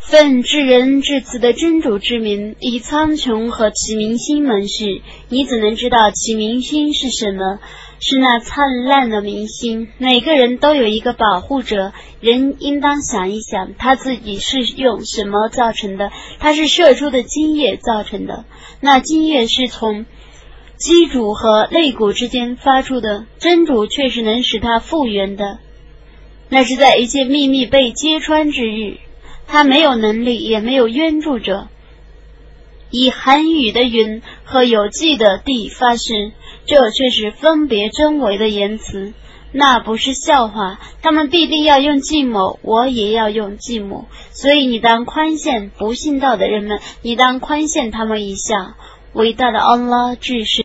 奉至仁至慈的真主之名，以苍穹和其明星盟誓，你怎能知道其明星是什么？是那灿烂的明星。每个人都有一个保护者，人应当想一想，他自己是用什么造成的？他是射出的精液造成的，那精液是从机主和肋骨之间发出的，真主却是能使它复原的。那是在一切秘密被揭穿之日，他没有能力，也没有援助者。以含雨的云和有迹的地发誓，这却是分别真伪的言辞，那不是笑话。他们必定要用计谋，我也要用计谋，所以你当宽限不信道的人们，你当宽限他们一下。伟大的安拉至是